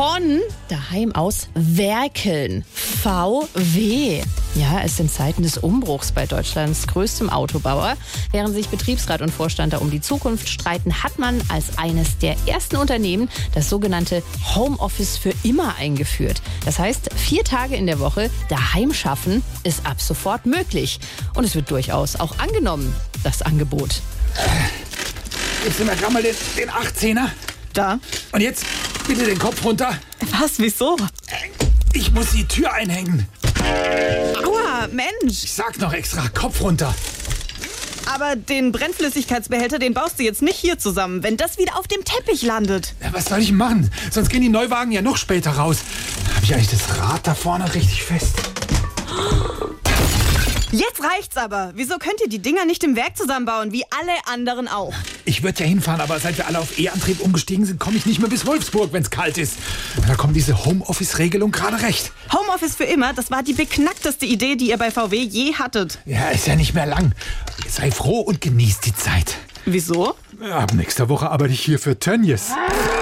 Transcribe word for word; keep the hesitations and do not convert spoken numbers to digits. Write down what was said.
von daheim aus werkeln. V W. Ja, es sind Zeiten des Umbruchs bei Deutschlands größtem Autobauer. Während sich Betriebsrat und Vorstand da um die Zukunft streiten, hat man als eines der ersten Unternehmen das sogenannte Homeoffice für immer eingeführt. Das heißt, vier Tage in der Woche daheim schaffen ist ab sofort möglich. Und es wird durchaus auch angenommen, das Angebot. Gibst du mir gerade mal den, den achtzehner? Da. Und jetzt bitte den Kopf runter. Was, wieso? Ich muss die Tür einhängen. Aua, Mensch. Ich sag noch extra, Kopf runter. Aber den Brennflüssigkeitsbehälter, den baust du jetzt nicht hier zusammen, wenn das wieder auf dem Teppich landet. Ja, was soll ich machen? Sonst gehen die Neuwagen ja noch später raus. Habe ich eigentlich das Rad da vorne richtig fest? Jetzt reicht's aber. Wieso könnt ihr die Dinger nicht im Werk zusammenbauen, wie alle anderen auch? Ich würde ja hinfahren, aber seit wir alle auf E-Antrieb umgestiegen sind, komme ich nicht mehr bis Wolfsburg, wenn's kalt ist. Da kommt diese Homeoffice-Regelung gerade recht. Homeoffice für immer, das war die beknackteste Idee, die ihr bei V W je hattet. Ja, ist ja nicht mehr lang. Sei froh und genieß die Zeit. Wieso? Ab nächster Woche arbeite ich hier für Tönnies.